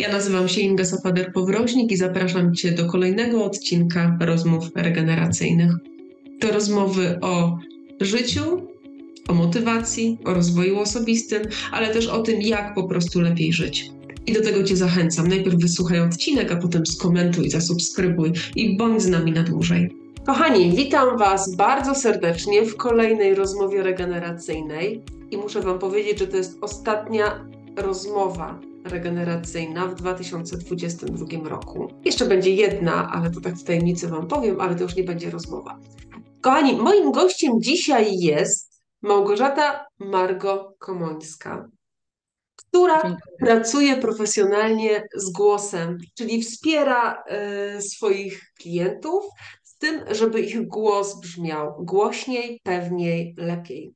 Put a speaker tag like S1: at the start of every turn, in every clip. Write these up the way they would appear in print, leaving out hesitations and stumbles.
S1: Ja nazywam się Inga Safader-Powroźnik i zapraszam Cię do kolejnego odcinka rozmów regeneracyjnych. To rozmowy o życiu, o motywacji, o rozwoju osobistym, ale też o tym, jak po prostu lepiej żyć. I do tego Cię zachęcam. Najpierw wysłuchaj odcinek, a potem skomentuj, zasubskrybuj i bądź z nami na dłużej. Kochani, witam Was bardzo serdecznie w kolejnej rozmowie regeneracyjnej i muszę Wam powiedzieć, że to jest ostatnia rozmowa regeneracyjna w 2022 roku. Jeszcze będzie jedna, ale to tak w tajemnicy Wam powiem, ale to już nie będzie rozmowa. Kochani, moim gościem dzisiaj jest Małgorzata Margo Komońska, która pracuje profesjonalnie z głosem, czyli wspiera swoich klientów z tym, żeby ich głos brzmiał głośniej, pewniej, lepiej.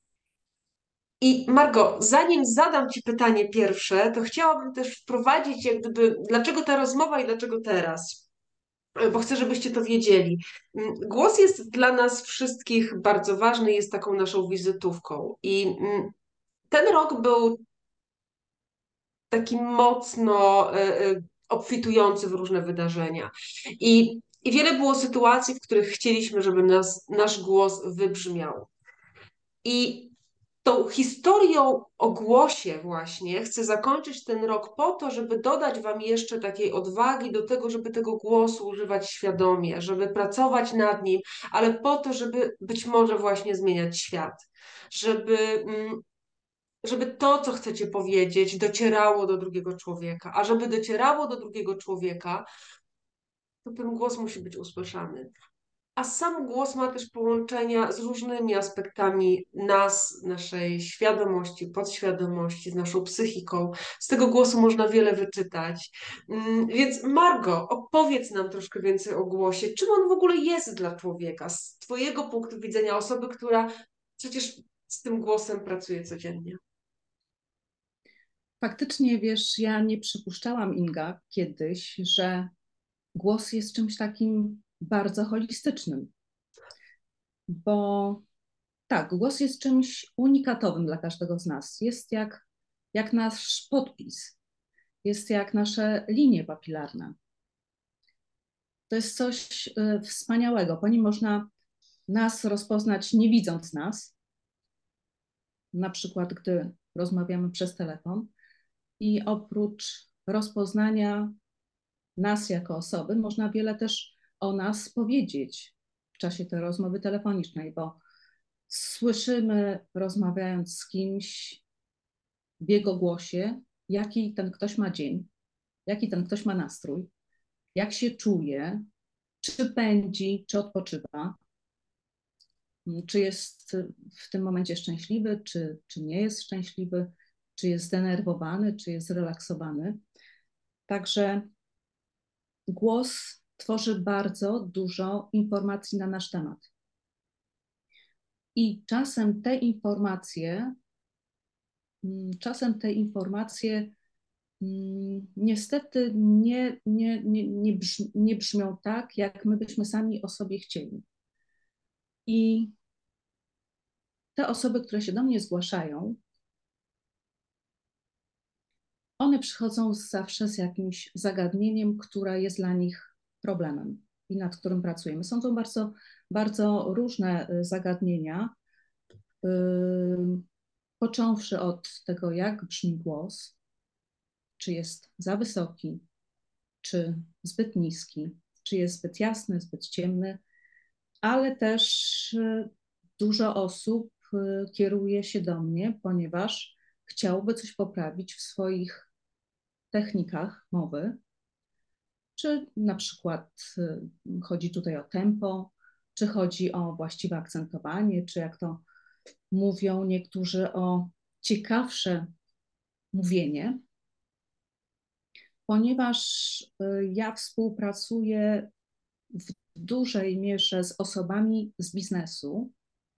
S1: I Margo, zanim zadam Ci pytanie pierwsze, to chciałabym też wprowadzić jak gdyby, dlaczego ta rozmowa i dlaczego teraz, bo chcę, żebyście to wiedzieli. Głos jest dla nas wszystkich bardzo ważny, jest taką naszą wizytówką i ten rok był taki mocno obfitujący w różne wydarzenia. I wiele było sytuacji, w których chcieliśmy, żeby nasz głos wybrzmiał. I tą historią o głosie właśnie chcę zakończyć ten rok po to, żeby dodać Wam jeszcze takiej odwagi do tego, żeby tego głosu używać świadomie, żeby pracować nad nim, ale po to, żeby być może właśnie zmieniać świat, żeby to, co chcecie powiedzieć, docierało do drugiego człowieka, a żeby docierało do drugiego człowieka, to ten głos musi być usłyszany. A sam głos ma też połączenia z różnymi aspektami nas, naszej świadomości, podświadomości, z naszą psychiką. Z tego głosu można wiele wyczytać. Więc Margo, opowiedz nam troszkę więcej o głosie. Czym on w ogóle jest dla człowieka? Z Twojego punktu widzenia osoby, która przecież z tym głosem pracuje codziennie.
S2: Faktycznie, wiesz, ja nie przypuszczałam, Inga, kiedyś, że głos jest czymś takim bardzo holistycznym, bo tak, głos jest czymś unikatowym dla każdego z nas. Jest jak nasz podpis, jest jak nasze linie papilarne. To jest coś wspaniałego. Po nim można nas rozpoznać, nie widząc nas, na przykład gdy rozmawiamy przez telefon. I oprócz rozpoznania nas jako osoby, można wiele też o nas powiedzieć w czasie tej rozmowy telefonicznej, bo słyszymy, rozmawiając z kimś w jego głosie, jaki ten ktoś ma dzień, jaki ten ktoś ma nastrój, jak się czuje, czy pędzi, czy odpoczywa, czy jest w tym momencie szczęśliwy, czy nie jest szczęśliwy, czy jest zdenerwowany, czy jest zrelaksowany. Także głos tworzy bardzo dużo informacji na nasz temat. I czasem te informacje niestety nie brzmią tak, jak my byśmy sami o sobie chcieli. I te osoby, które się do mnie zgłaszają, one przychodzą zawsze z jakimś zagadnieniem, które jest dla nich problemem i nad którym pracujemy. Są to bardzo, bardzo różne zagadnienia, począwszy od tego, jak brzmi głos, czy jest za wysoki, czy zbyt niski, czy jest zbyt jasny, zbyt ciemny, ale też dużo osób kieruje się do mnie, ponieważ chciałoby coś poprawić w swoich technikach mowy, czy na przykład chodzi tutaj o tempo, czy chodzi o właściwe akcentowanie, czy jak to mówią niektórzy, o ciekawsze mówienie, ponieważ ja współpracuję w dużej mierze z osobami z biznesu,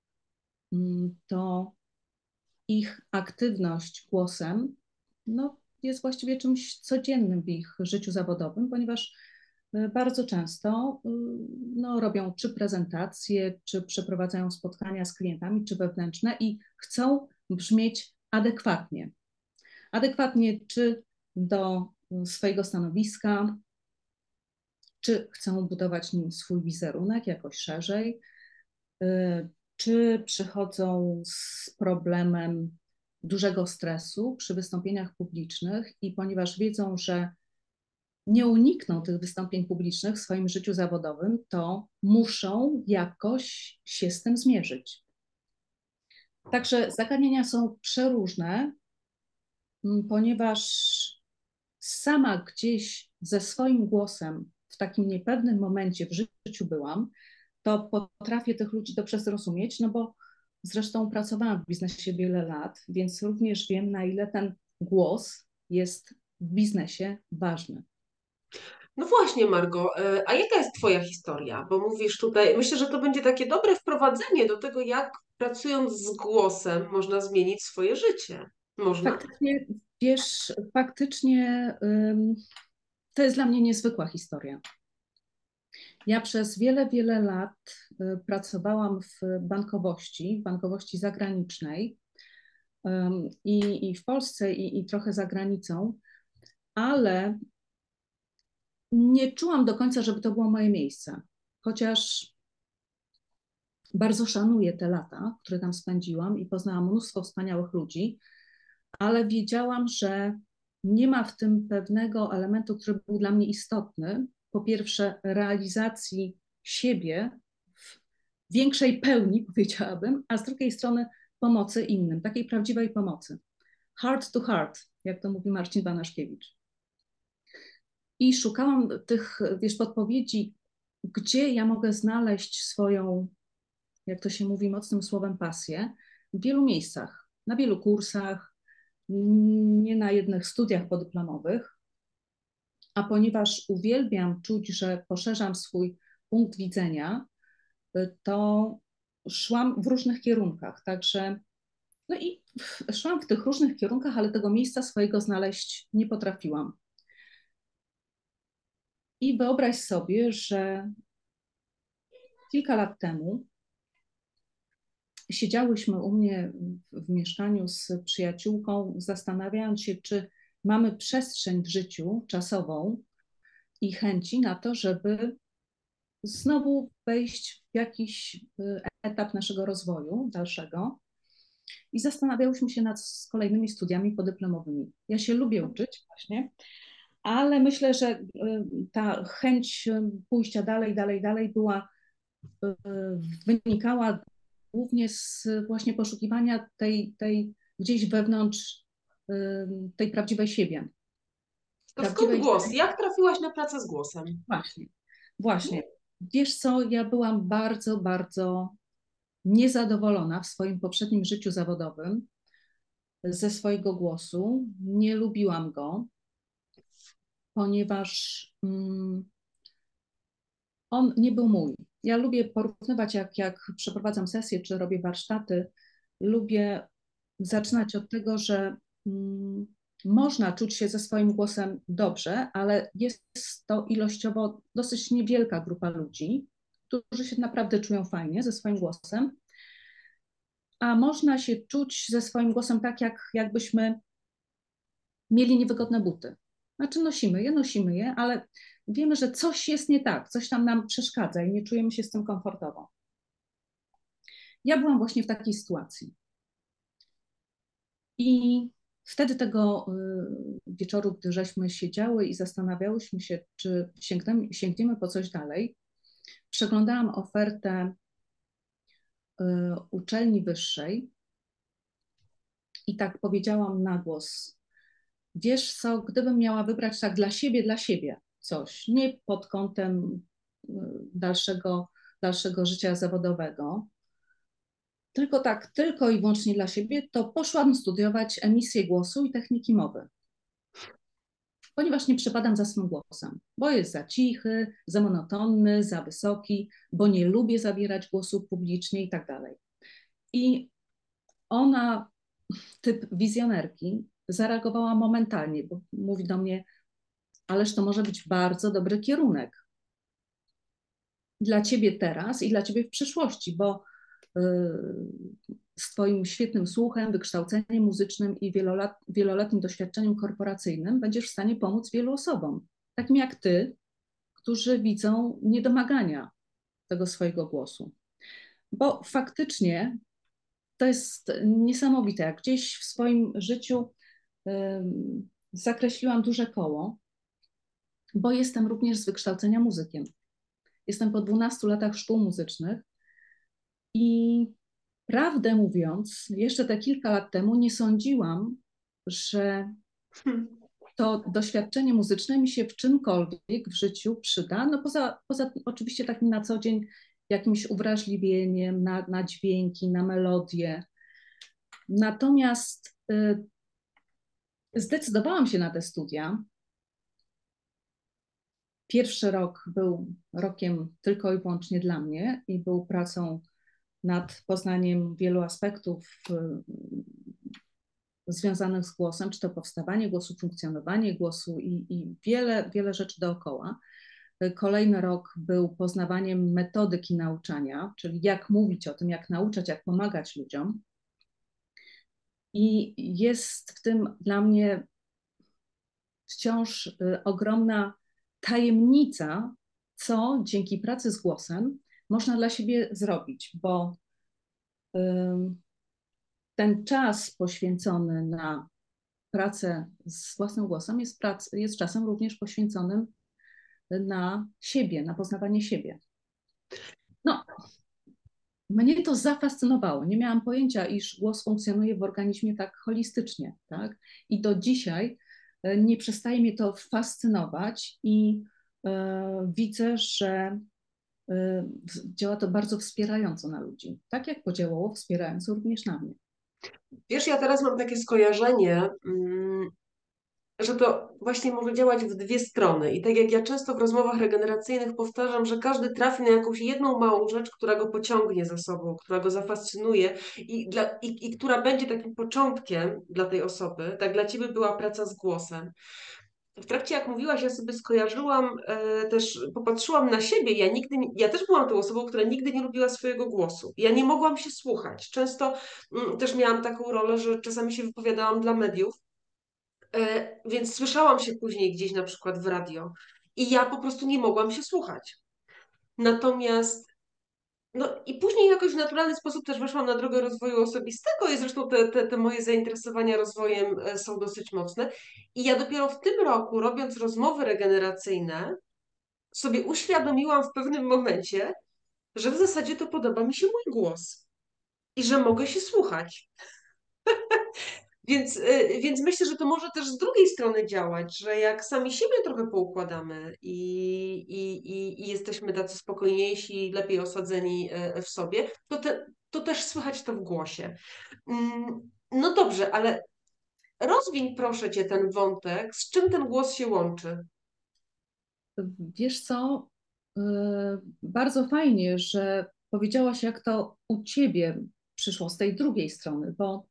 S2: to ich aktywność głosem jest właściwie czymś codziennym w ich życiu zawodowym, ponieważ bardzo często robią czy prezentacje, czy przeprowadzają spotkania z klientami, czy wewnętrzne i chcą brzmieć adekwatnie. Adekwatnie czy do swojego stanowiska, czy chcą budować nim swój wizerunek jakoś szerzej, czy przychodzą z problemem dużego stresu przy wystąpieniach publicznych i ponieważ wiedzą, że nie unikną tych wystąpień publicznych w swoim życiu zawodowym, to muszą jakoś się z tym zmierzyć. Także zagadnienia są przeróżne, ponieważ sama gdzieś ze swoim głosem w takim niepewnym momencie w życiu byłam, to potrafię tych ludzi dobrze zrozumieć, no bo zresztą pracowałam w biznesie wiele lat, więc również wiem, na ile ten głos jest w biznesie ważny.
S1: No właśnie, Margo, a jaka jest Twoja historia? Bo mówisz tutaj, myślę, że to będzie takie dobre wprowadzenie do tego, jak pracując z głosem można zmienić swoje życie. Można?
S2: Faktycznie, wiesz, faktycznie to jest dla mnie niezwykła historia. Ja przez wiele, wiele lat pracowałam w bankowości zagranicznej i w Polsce, i trochę za granicą, ale nie czułam do końca, żeby to było moje miejsce. Chociaż bardzo szanuję te lata, które tam spędziłam i poznałam mnóstwo wspaniałych ludzi, ale wiedziałam, że nie ma w tym pewnego elementu, który był dla mnie istotny. Po pierwsze, realizacji siebie w większej pełni, powiedziałabym, a z drugiej strony pomocy innym, takiej prawdziwej pomocy. Heart to heart, jak to mówi Marcin Banaszkiewicz. I szukałam tych, wiesz, podpowiedzi, gdzie ja mogę znaleźć swoją, jak to się mówi mocnym słowem, pasję w wielu miejscach, na wielu kursach, nie na jednych studiach podyplomowych, a ponieważ uwielbiam czuć, że poszerzam swój punkt widzenia, to szłam w różnych kierunkach, także no i szłam w tych różnych kierunkach, ale tego miejsca swojego znaleźć nie potrafiłam. I wyobraź sobie, że kilka lat temu siedziałyśmy u mnie w mieszkaniu z przyjaciółką, zastanawiając się, czy mamy przestrzeń w życiu czasową i chęci na to, żeby znowu wejść w jakiś etap naszego rozwoju dalszego. I zastanawiałyśmy się nad kolejnymi studiami podyplomowymi. Ja się lubię uczyć właśnie, ale myślę, że ta chęć pójścia dalej, dalej, dalej wynikała głównie z właśnie poszukiwania tej gdzieś wewnątrz tej prawdziwej siebie.
S1: To skąd głos? Jak trafiłaś na pracę z głosem?
S2: Właśnie, właśnie. Wiesz co, ja byłam bardzo, bardzo niezadowolona w swoim poprzednim życiu zawodowym ze swojego głosu. Nie lubiłam go, ponieważ on nie był mój. Ja lubię porównywać, jak przeprowadzam sesje czy robię warsztaty, lubię zaczynać od tego, że można czuć się ze swoim głosem dobrze, ale jest to ilościowo dosyć niewielka grupa ludzi, którzy się naprawdę czują fajnie ze swoim głosem, a można się czuć ze swoim głosem tak, jakbyśmy mieli niewygodne buty. Znaczy nosimy je, ale wiemy, że coś jest nie tak, coś tam nam przeszkadza i nie czujemy się z tym komfortowo. Ja byłam właśnie w takiej sytuacji. I wtedy tego wieczoru, gdy żeśmy siedziały i zastanawiałyśmy się, czy sięgniemy po coś dalej, przeglądałam ofertę uczelni wyższej i tak powiedziałam na głos: wiesz co, gdybym miała wybrać tak dla siebie coś, nie pod kątem dalszego życia zawodowego, tylko tak, tylko i wyłącznie dla siebie, to poszłam studiować emisję głosu i techniki mowy. Ponieważ nie przepadam za swym głosem, bo jest za cichy, za monotonny, za wysoki, bo nie lubię zabierać głosu publicznie i tak dalej. I ona, typ wizjonerki, zareagowała momentalnie, bo mówi do mnie: ależ to może być bardzo dobry kierunek dla ciebie teraz i dla ciebie w przyszłości, bo z Twoim świetnym słuchem, wykształceniem muzycznym i wieloletnim doświadczeniem korporacyjnym będziesz w stanie pomóc wielu osobom, takim jak Ty, którzy widzą niedomagania tego swojego głosu. Bo faktycznie to jest niesamowite. Jak gdzieś w swoim życiu zakreśliłam duże koło, bo jestem również z wykształcenia muzykiem. Jestem po 12 latach szkół muzycznych i prawdę mówiąc, jeszcze te kilka lat temu nie sądziłam, że to doświadczenie muzyczne mi się w czymkolwiek w życiu przyda. No poza oczywiście takim na co dzień jakimś uwrażliwieniem na dźwięki, na melodie. Natomiast zdecydowałam się na te studia. Pierwszy rok był rokiem tylko i wyłącznie dla mnie i był pracą nad poznaniem wielu aspektów związanych z głosem, czy to powstawanie głosu, funkcjonowanie głosu i wiele rzeczy dookoła. Kolejny rok był poznawaniem metodyki nauczania, czyli jak mówić o tym, jak nauczać, jak pomagać ludziom. I jest w tym dla mnie wciąż ogromna tajemnica, co dzięki pracy z głosem można dla siebie zrobić, bo ten czas poświęcony na pracę z własnym głosem jest czasem również poświęconym na siebie, na poznawanie siebie. No, mnie to zafascynowało. Nie miałam pojęcia, iż głos funkcjonuje w organizmie tak holistycznie, tak? I do dzisiaj nie przestaje mnie to fascynować i widzę, że działa to bardzo wspierająco na ludzi. Tak jak podziałało wspierająco również na mnie.
S1: Wiesz, ja teraz mam takie skojarzenie, że to właśnie może działać w dwie strony. I tak jak ja często w rozmowach regeneracyjnych powtarzam, że każdy trafi na jakąś jedną małą rzecz, która go pociągnie za sobą, która go zafascynuje i która będzie takim początkiem dla tej osoby. Tak dla ciebie była praca z głosem. W trakcie, jak mówiłaś, ja sobie skojarzyłam, też popatrzyłam na siebie. Ja też byłam tą osobą, która nigdy nie lubiła swojego głosu. Ja nie mogłam się słuchać. Często też miałam taką rolę, że czasami się wypowiadałam dla mediów, więc słyszałam się później gdzieś na przykład w radio i ja po prostu nie mogłam się słuchać. Natomiast no i później jakoś w naturalny sposób też weszłam na drogę rozwoju osobistego i zresztą te moje zainteresowania rozwojem są dosyć mocne. I ja dopiero w tym roku, robiąc rozmowy regeneracyjne, sobie uświadomiłam w pewnym momencie, że w zasadzie to podoba mi się mój głos i że mogę się słuchać. Więc myślę, że to może też z drugiej strony działać, że jak sami siebie trochę poukładamy i jesteśmy tacy spokojniejsi, lepiej osadzeni w sobie, to też słychać to w głosie. No dobrze, ale rozwiń proszę Cię ten wątek, z czym ten głos się łączy?
S2: Wiesz co, bardzo fajnie, że powiedziałaś, jak to u Ciebie przyszło z tej drugiej strony, bo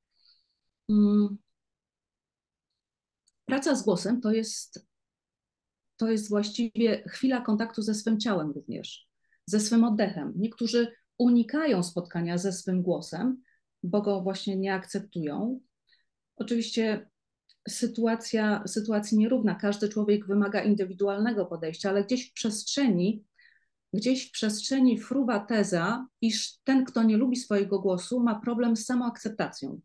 S2: praca z głosem to jest właściwie chwila kontaktu ze swym ciałem również, ze swym oddechem. Niektórzy unikają spotkania ze swym głosem, bo go właśnie nie akceptują. Oczywiście sytuacji nierówna, każdy człowiek wymaga indywidualnego podejścia, ale gdzieś w przestrzeni fruwa teza, iż ten, kto nie lubi swojego głosu, ma problem z samoakceptacją.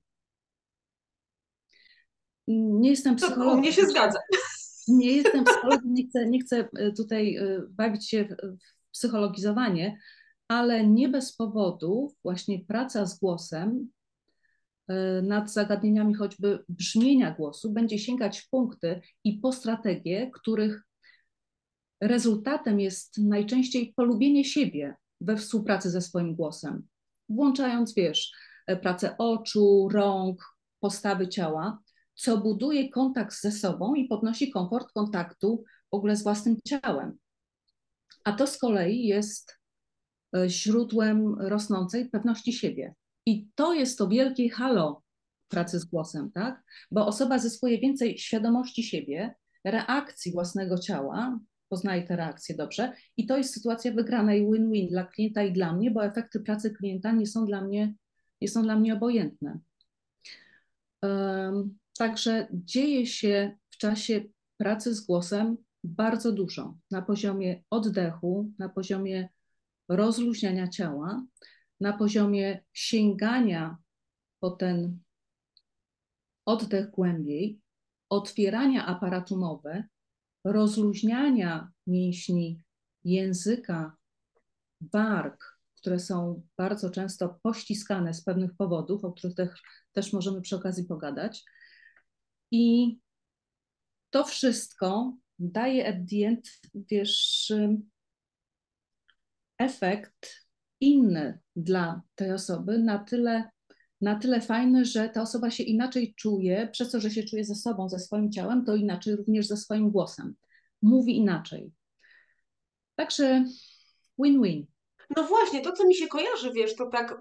S2: Nie jestem
S1: To u
S2: psychologiem.
S1: mnie się zgadza.
S2: Nie jestem psychologiem, nie chcę tutaj bawić się w psychologizowanie, ale nie bez powodu właśnie praca z głosem nad zagadnieniami choćby brzmienia głosu będzie sięgać w punkty i po strategie, których rezultatem jest najczęściej polubienie siebie we współpracy ze swoim głosem, włączając, wiesz, pracę oczu, rąk, postawy ciała, co buduje kontakt ze sobą i podnosi komfort kontaktu w ogóle z własnym ciałem. A to z kolei jest źródłem rosnącej pewności siebie. I to jest to wielkie halo pracy z głosem, tak? Bo osoba zyskuje więcej świadomości siebie, reakcji własnego ciała, poznaje te reakcje dobrze i to jest sytuacja wygranej win-win dla klienta i dla mnie, bo efekty pracy klienta nie są dla mnie Jest on dla mnie obojętny. Także dzieje się w czasie pracy z głosem bardzo dużo na poziomie oddechu, na poziomie rozluźniania ciała, na poziomie sięgania po ten oddech głębiej, otwierania aparatu mowy, rozluźniania mięśni języka, warg, które są bardzo często pościskane z pewnych powodów, o których też możemy przy okazji pogadać. I to wszystko daje at the end, wiesz, efekt inny dla tej osoby, na tyle fajny, że ta osoba się inaczej czuje, przez to, że się czuje ze sobą, ze swoim ciałem, to inaczej również ze swoim głosem. Mówi inaczej. Także win-win.
S1: No właśnie, to co mi się kojarzy, wiesz, to tak,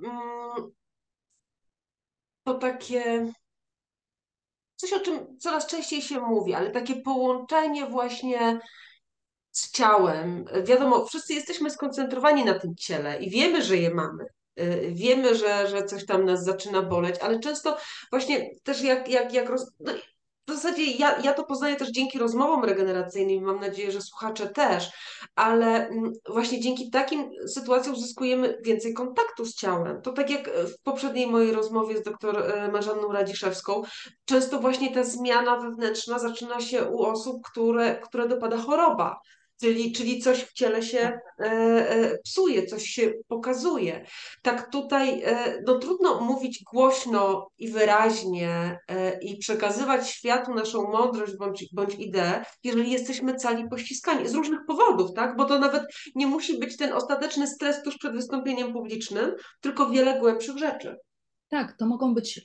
S1: to takie coś, o czym coraz częściej się mówi, ale takie połączenie właśnie z ciałem. Wiadomo, wszyscy jesteśmy skoncentrowani na tym ciele i wiemy, że je mamy. Wiemy, że coś tam nas zaczyna boleć, ale często właśnie też no, w zasadzie ja to poznaję też dzięki rozmowom regeneracyjnym, mam nadzieję, że słuchacze też, ale właśnie dzięki takim sytuacjom uzyskujemy więcej kontaktu z ciałem. To tak jak w poprzedniej mojej rozmowie z dr Marzanną Radziszewską, często właśnie ta zmiana wewnętrzna zaczyna się u osób, które dopada choroba. Czyli coś w ciele się psuje, coś się pokazuje. Tak tutaj no, trudno mówić głośno i wyraźnie i przekazywać światu naszą mądrość bądź ideę, jeżeli jesteśmy cali pościskani z różnych powodów, tak? Bo to nawet nie musi być ten ostateczny stres tuż przed wystąpieniem publicznym, tylko wiele głębszych rzeczy.
S2: Tak, to mogą być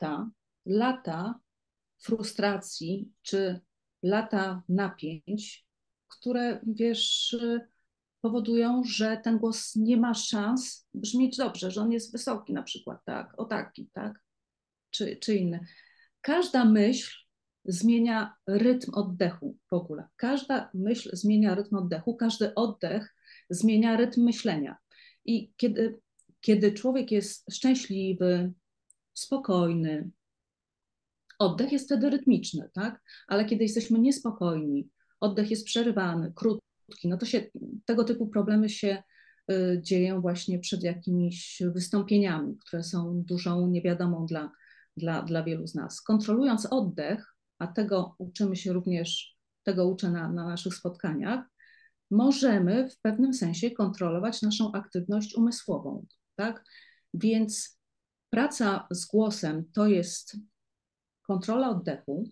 S2: lata frustracji czy lata napięć, które, wiesz, powodują, że ten głos nie ma szans brzmieć dobrze, że on jest wysoki na przykład, tak, o taki, tak, czy inny. Każda myśl zmienia rytm oddechu w ogóle. Każda myśl zmienia rytm oddechu, każdy oddech zmienia rytm myślenia. I kiedy człowiek jest szczęśliwy, spokojny, oddech jest wtedy rytmiczny, tak? Ale kiedy jesteśmy niespokojni, oddech jest przerywany, krótki, no to tego typu problemy się dzieją właśnie przed jakimiś wystąpieniami, które są dużą niewiadomą dla wielu z nas. Kontrolując oddech, a tego uczymy się również, tego uczę na naszych spotkaniach, możemy w pewnym sensie kontrolować naszą aktywność umysłową, tak? Więc praca z głosem to jest kontrola oddechu,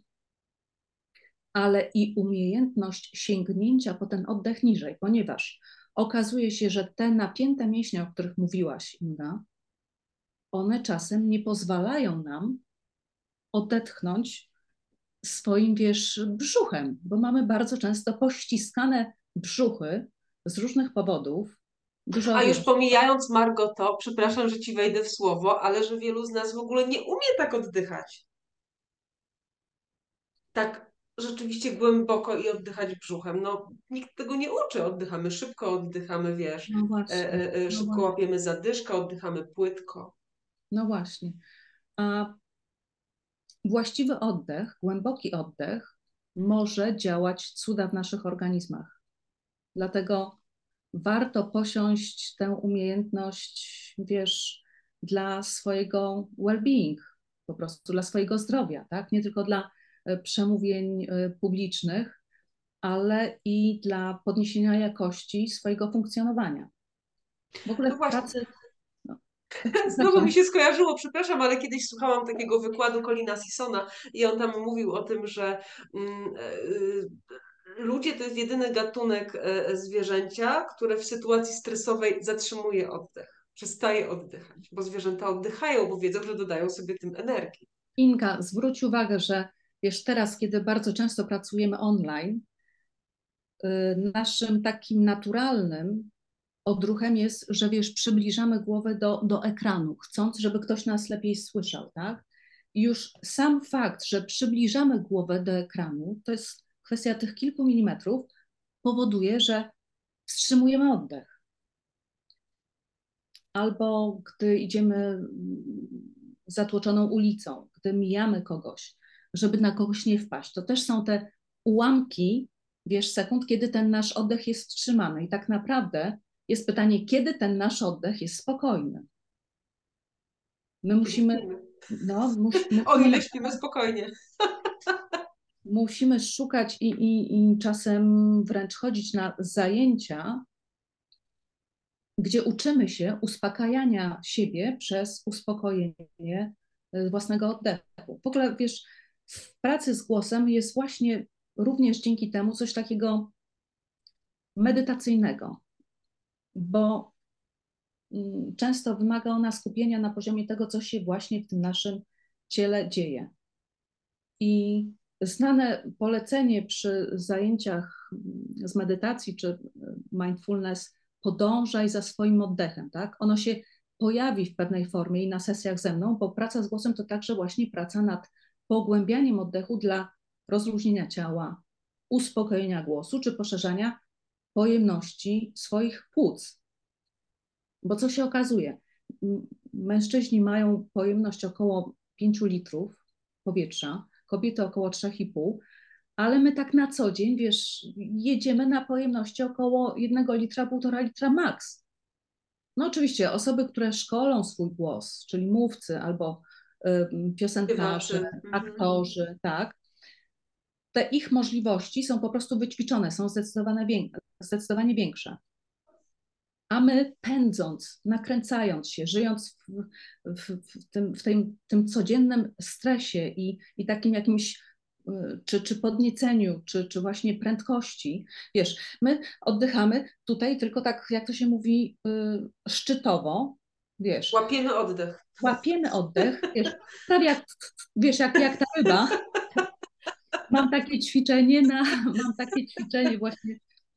S2: ale i umiejętność sięgnięcia po ten oddech niżej, ponieważ okazuje się, że te napięte mięśnie, o których mówiłaś, Inga, one czasem nie pozwalają nam odetchnąć swoim, wiesz, brzuchem, bo mamy bardzo często pościskane brzuchy z różnych powodów.
S1: A
S2: Dużo,
S1: już
S2: wiesz,
S1: pomijając Margoto, przepraszam, że ci wejdę w słowo, ale że wielu z nas w ogóle nie umie tak oddychać. Tak rzeczywiście głęboko i oddychać brzuchem. No, nikt tego nie uczy. Oddychamy szybko, oddychamy, wiesz,
S2: no właśnie, no
S1: szybko
S2: właśnie,
S1: łapiemy zadyszkę, oddychamy płytko.
S2: no właśnie. A właściwy oddech, głęboki oddech może działać cuda w naszych organizmach. Dlatego warto posiąść tę umiejętność, wiesz, dla swojego well-being, po prostu dla swojego zdrowia, tak? Nie tylko dla przemówień publicznych, ale i dla podniesienia jakości swojego funkcjonowania. W ogóle
S1: No
S2: w
S1: właśnie,
S2: pracy, no,
S1: znowu mi
S2: przepraszam,
S1: się skojarzyło, przepraszam, ale kiedyś słuchałam takiego wykładu Colina Sissona i on tam mówił o tym, że ludzie to jest jedyny gatunek zwierzęcia, które w sytuacji stresowej zatrzymuje oddech, przestaje oddychać, bo zwierzęta oddychają, bo wiedzą, że dodają sobie tym energii.
S2: Inka, zwróć uwagę, że wiesz, teraz, kiedy bardzo często pracujemy online, naszym takim naturalnym odruchem jest, że wiesz, przybliżamy głowę do ekranu, chcąc, żeby ktoś nas lepiej słyszał, tak? I już sam fakt, że przybliżamy głowę do ekranu, to jest kwestia tych kilku milimetrów, powoduje, że wstrzymujemy oddech. albo gdy idziemy zatłoczoną ulicą, gdy mijamy kogoś, żeby na kogoś nie wpaść. To też są te ułamki, wiesz, sekund, kiedy ten nasz oddech jest wstrzymany. I tak naprawdę jest pytanie, kiedy ten nasz oddech jest spokojny. My
S1: Kiedy
S2: musimy,
S1: śpimy.
S2: no,
S1: O ile śpimy spokojnie.
S2: musimy szukać i czasem wręcz chodzić na zajęcia, gdzie uczymy się uspokajania siebie przez uspokojenie własnego oddechu. W ogóle, wiesz, w pracy z głosem jest właśnie również dzięki temu coś takiego medytacyjnego, bo często wymaga ona skupienia na poziomie tego, co się właśnie w tym naszym ciele dzieje. I znane polecenie przy zajęciach z medytacji czy mindfulness, podążaj za swoim oddechem, tak? Ono się pojawi w pewnej formie i na sesjach ze mną, bo praca z głosem to także właśnie praca nad pogłębianiem oddechu dla rozluźnienia ciała, uspokojenia głosu czy poszerzania pojemności swoich płuc. Bo co się okazuje? Mężczyźni mają pojemność około 5 litrów powietrza, kobiety około 3,5, ale my tak na co dzień, wiesz, jedziemy na pojemności około 1 litra, 1,5 litra max. No oczywiście osoby, które szkolą swój głos, czyli mówcy albo piosenkarze,
S1: Śpiewaczy.
S2: aktorzy, tak, te ich możliwości są po prostu wyćwiczone, są zdecydowanie większe. A my pędząc, nakręcając się, żyjąc w tym codziennym stresie i takim jakimś czy podnieceniu, czy właśnie prędkości, wiesz, my oddychamy tutaj tylko tak, jak to się mówi, szczytowo, wiesz,
S1: Łapiemy oddech.
S2: łapiemy oddech, wiesz, prawie jak, wiesz, jak ta ryba. Mam takie ćwiczenie właśnie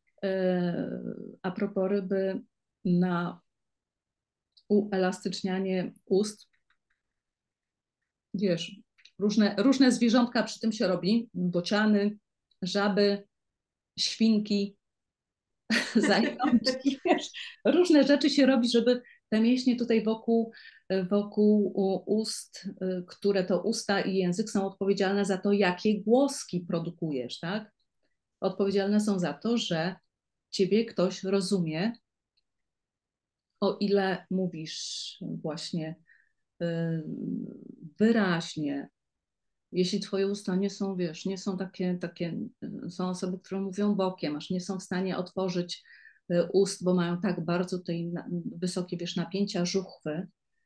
S2: a propos ryby na uelastycznianie ust. Wiesz, różne zwierzątka przy tym się robi, bociany, żaby, świnki, zajączki, wiesz, różne rzeczy się robi, żeby te mięśnie tutaj wokół ust, które to usta i język są odpowiedzialne za to, jakie głoski produkujesz, tak? Odpowiedzialne są za to, że ciebie ktoś rozumie, o ile mówisz właśnie wyraźnie. Jeśli twoje usta nie są, wiesz, nie są takie, są osoby, które mówią bokiem, aż nie są w stanie otworzyć ust, bo mają tak bardzo tutaj wysokie, wiesz, napięcia żuchwy.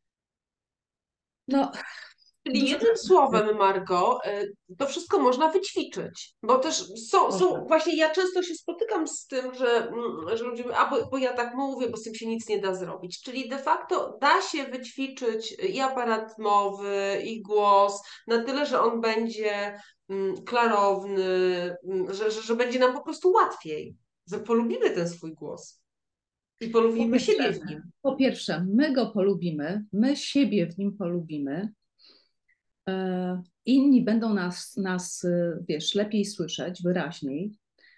S2: No,
S1: Czyli
S2: dużo
S1: jednym słowem, Margo, to wszystko można wyćwiczyć, bo też są
S2: można.
S1: właśnie ja często się spotykam z tym, że ludzie mówią, bo ja tak mówię, bo z tym się nic nie da zrobić. Czyli de facto da się wyćwiczyć i aparat mowy, i głos na tyle, że on będzie klarowny, że będzie nam po prostu łatwiej, że polubimy ten swój głos i
S2: Po
S1: polubimy siebie
S2: pierwsze,
S1: w nim.
S2: po pierwsze, my go polubimy, my siebie w nim polubimy, inni będą nas, wiesz, lepiej słyszeć, wyraźniej.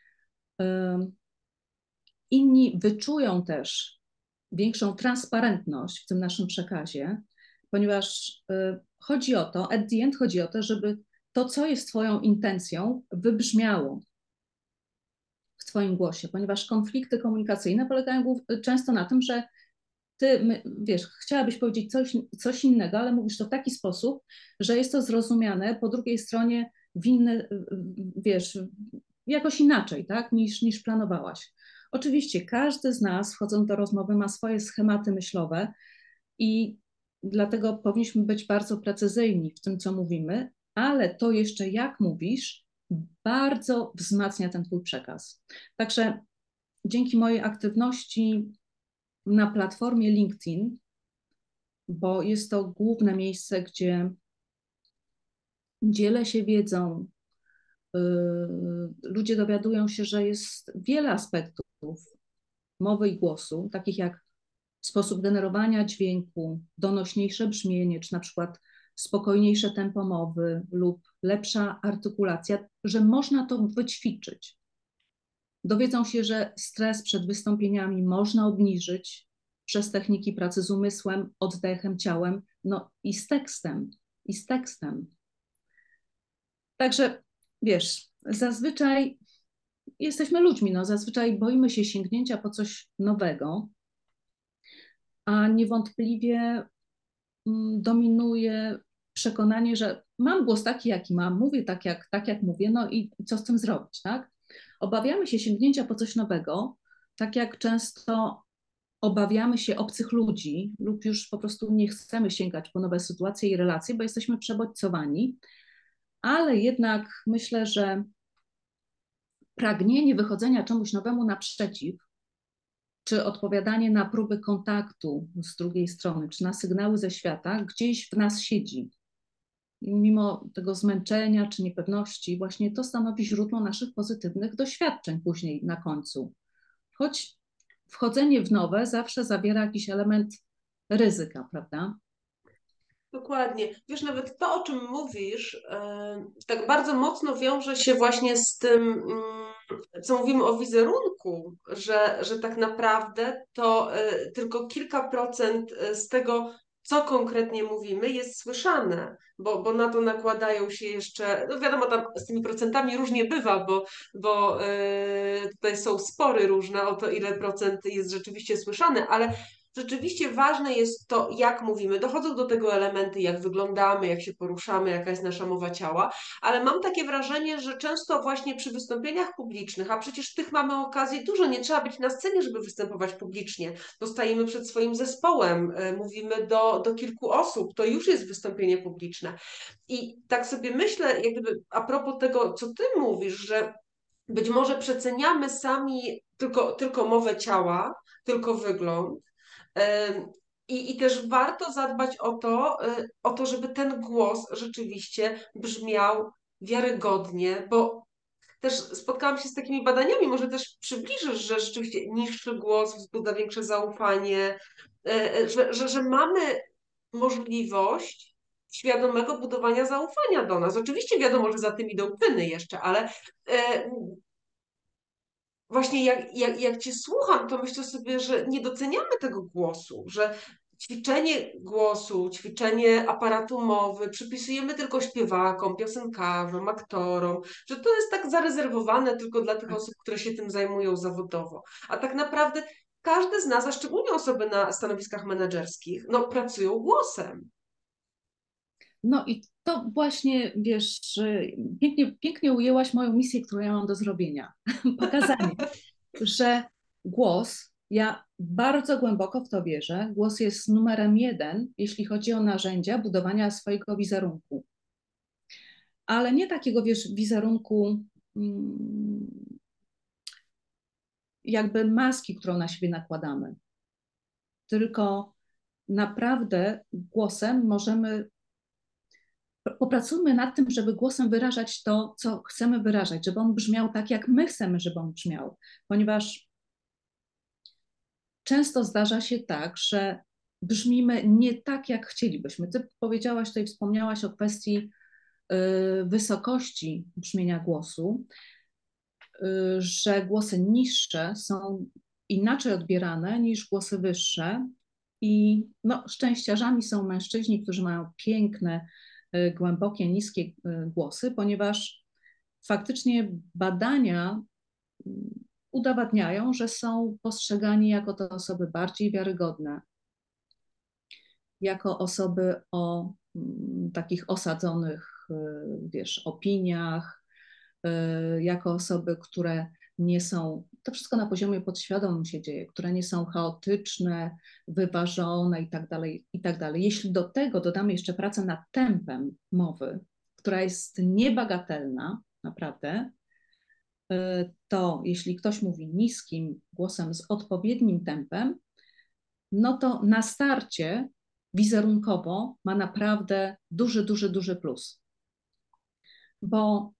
S2: Inni wyczują też większą transparentność w tym naszym przekazie, ponieważ chodzi o to, at the end chodzi o to, żeby to, co jest Twoją intencją, wybrzmiało w Twoim głosie, ponieważ konflikty komunikacyjne polegają często na tym, że wiesz, chciałabyś powiedzieć coś innego, ale mówisz to w taki sposób, że jest to zrozumiane po drugiej stronie wiesz, jakoś inaczej, tak, niż planowałaś. Oczywiście każdy z nas, wchodząc do rozmowy, ma swoje schematy myślowe i dlatego powinniśmy być bardzo precyzyjni w tym, co mówimy, ale to jeszcze jak mówisz, bardzo wzmacnia ten twój przekaz. Także dzięki mojej aktywności na platformie LinkedIn, bo jest to główne miejsce, gdzie dzielę się wiedzą. Ludzie dowiadują się, że jest wiele aspektów mowy i głosu, takich jak sposób generowania dźwięku, donośniejsze brzmienie, czy na przykład spokojniejsze tempo mowy lub lepsza artykulacja, że można to wyćwiczyć. Dowiedzą się, że stres przed wystąpieniami można obniżyć, przez techniki pracy z umysłem, oddechem, ciałem, no i z tekstem, i z tekstem. Także wiesz, zazwyczaj jesteśmy ludźmi, no zazwyczaj boimy się sięgnięcia po coś nowego, a niewątpliwie dominuje przekonanie, że mam głos taki, jaki mam, mówię tak jak mówię, no i co z tym zrobić, tak? Obawiamy się sięgnięcia po coś nowego, tak jak często obawiamy się obcych ludzi lub już po prostu nie chcemy sięgać po nowe sytuacje i relacje, bo jesteśmy przebodźcowani, ale jednak myślę, że pragnienie wychodzenia czemuś nowemu naprzeciw, czy odpowiadanie na próby kontaktu z drugiej strony, czy na sygnały ze świata, gdzieś w nas siedzi. I mimo tego zmęczenia czy niepewności, właśnie to stanowi źródło naszych pozytywnych doświadczeń później na końcu. Choć wchodzenie w nowe zawsze zawiera jakiś element ryzyka, prawda?
S1: Dokładnie. Wiesz, nawet to, o czym mówisz, tak bardzo mocno wiąże się właśnie z tym, co mówimy o wizerunku, że tak naprawdę to tylko kilka procent z tego, co konkretnie mówimy, jest słyszane, bo na to nakładają się jeszcze, no wiadomo, tam z tymi procentami różnie bywa, bo tutaj są spory różne o to, ile procent jest rzeczywiście słyszane, ale rzeczywiście ważne jest to, jak mówimy. Dochodzą do tego elementy, jak wyglądamy, jak się poruszamy, jaka jest nasza mowa ciała, ale mam takie wrażenie, że często właśnie przy wystąpieniach publicznych, a przecież tych mamy okazji dużo, nie trzeba być na scenie, żeby występować publicznie. Dostajemy przed swoim zespołem, mówimy do kilku osób, to już jest wystąpienie publiczne. I tak sobie myślę, jak gdyby a propos tego, co ty mówisz, że być może przeceniamy sami tylko mowę ciała, tylko wygląd. I też warto zadbać o to, żeby ten głos rzeczywiście brzmiał wiarygodnie, bo też spotkałam się z takimi badaniami, może też przybliżysz, że rzeczywiście niższy głos wzbudza większe zaufanie, że mamy możliwość świadomego budowania zaufania do nas. Oczywiście wiadomo, że za tym idą czyny jeszcze, ale e, właśnie jak Cię słucham, to myślę sobie, że nie doceniamy tego głosu, że ćwiczenie głosu, ćwiczenie aparatu mowy przypisujemy tylko śpiewakom, piosenkarzom, aktorom, że to jest tak zarezerwowane tylko dla tych osób, które się tym zajmują zawodowo. A tak naprawdę każdy z nas, a szczególnie osoby na stanowiskach menedżerskich, no, pracują głosem.
S2: No i to właśnie, wiesz, pięknie ujęłaś moją misję, którą ja mam do zrobienia. Pokazanie, że głos, ja bardzo głęboko w to wierzę, głos jest numerem jeden, jeśli chodzi o narzędzia budowania swojego wizerunku. Ale nie takiego, wiesz, wizerunku jakby maski, którą na siebie nakładamy, tylko naprawdę głosem możemy, popracujmy nad tym, żeby głosem wyrażać to, co chcemy wyrażać, żeby on brzmiał tak, jak my chcemy, żeby on brzmiał, ponieważ często zdarza się tak, że brzmimy nie tak, jak chcielibyśmy. Ty powiedziałaś tutaj, wspomniałaś o kwestii wysokości brzmienia głosu, że głosy niższe są inaczej odbierane niż głosy wyższe. I no, szczęściarzami są mężczyźni, którzy mają piękne, głębokie, niskie głosy, ponieważ faktycznie badania udowadniają, że są postrzegani jako te osoby bardziej wiarygodne, jako osoby o takich osadzonych, wiesz, opiniach, jako osoby, które nie są, to wszystko na poziomie podświadomym się dzieje, które nie są chaotyczne, wyważone i tak dalej, i tak dalej. Jeśli do tego dodamy jeszcze pracę nad tempem mowy, która jest niebagatelna, naprawdę, to jeśli ktoś mówi niskim głosem z odpowiednim tempem, no to na starcie wizerunkowo ma naprawdę duży plus. Bo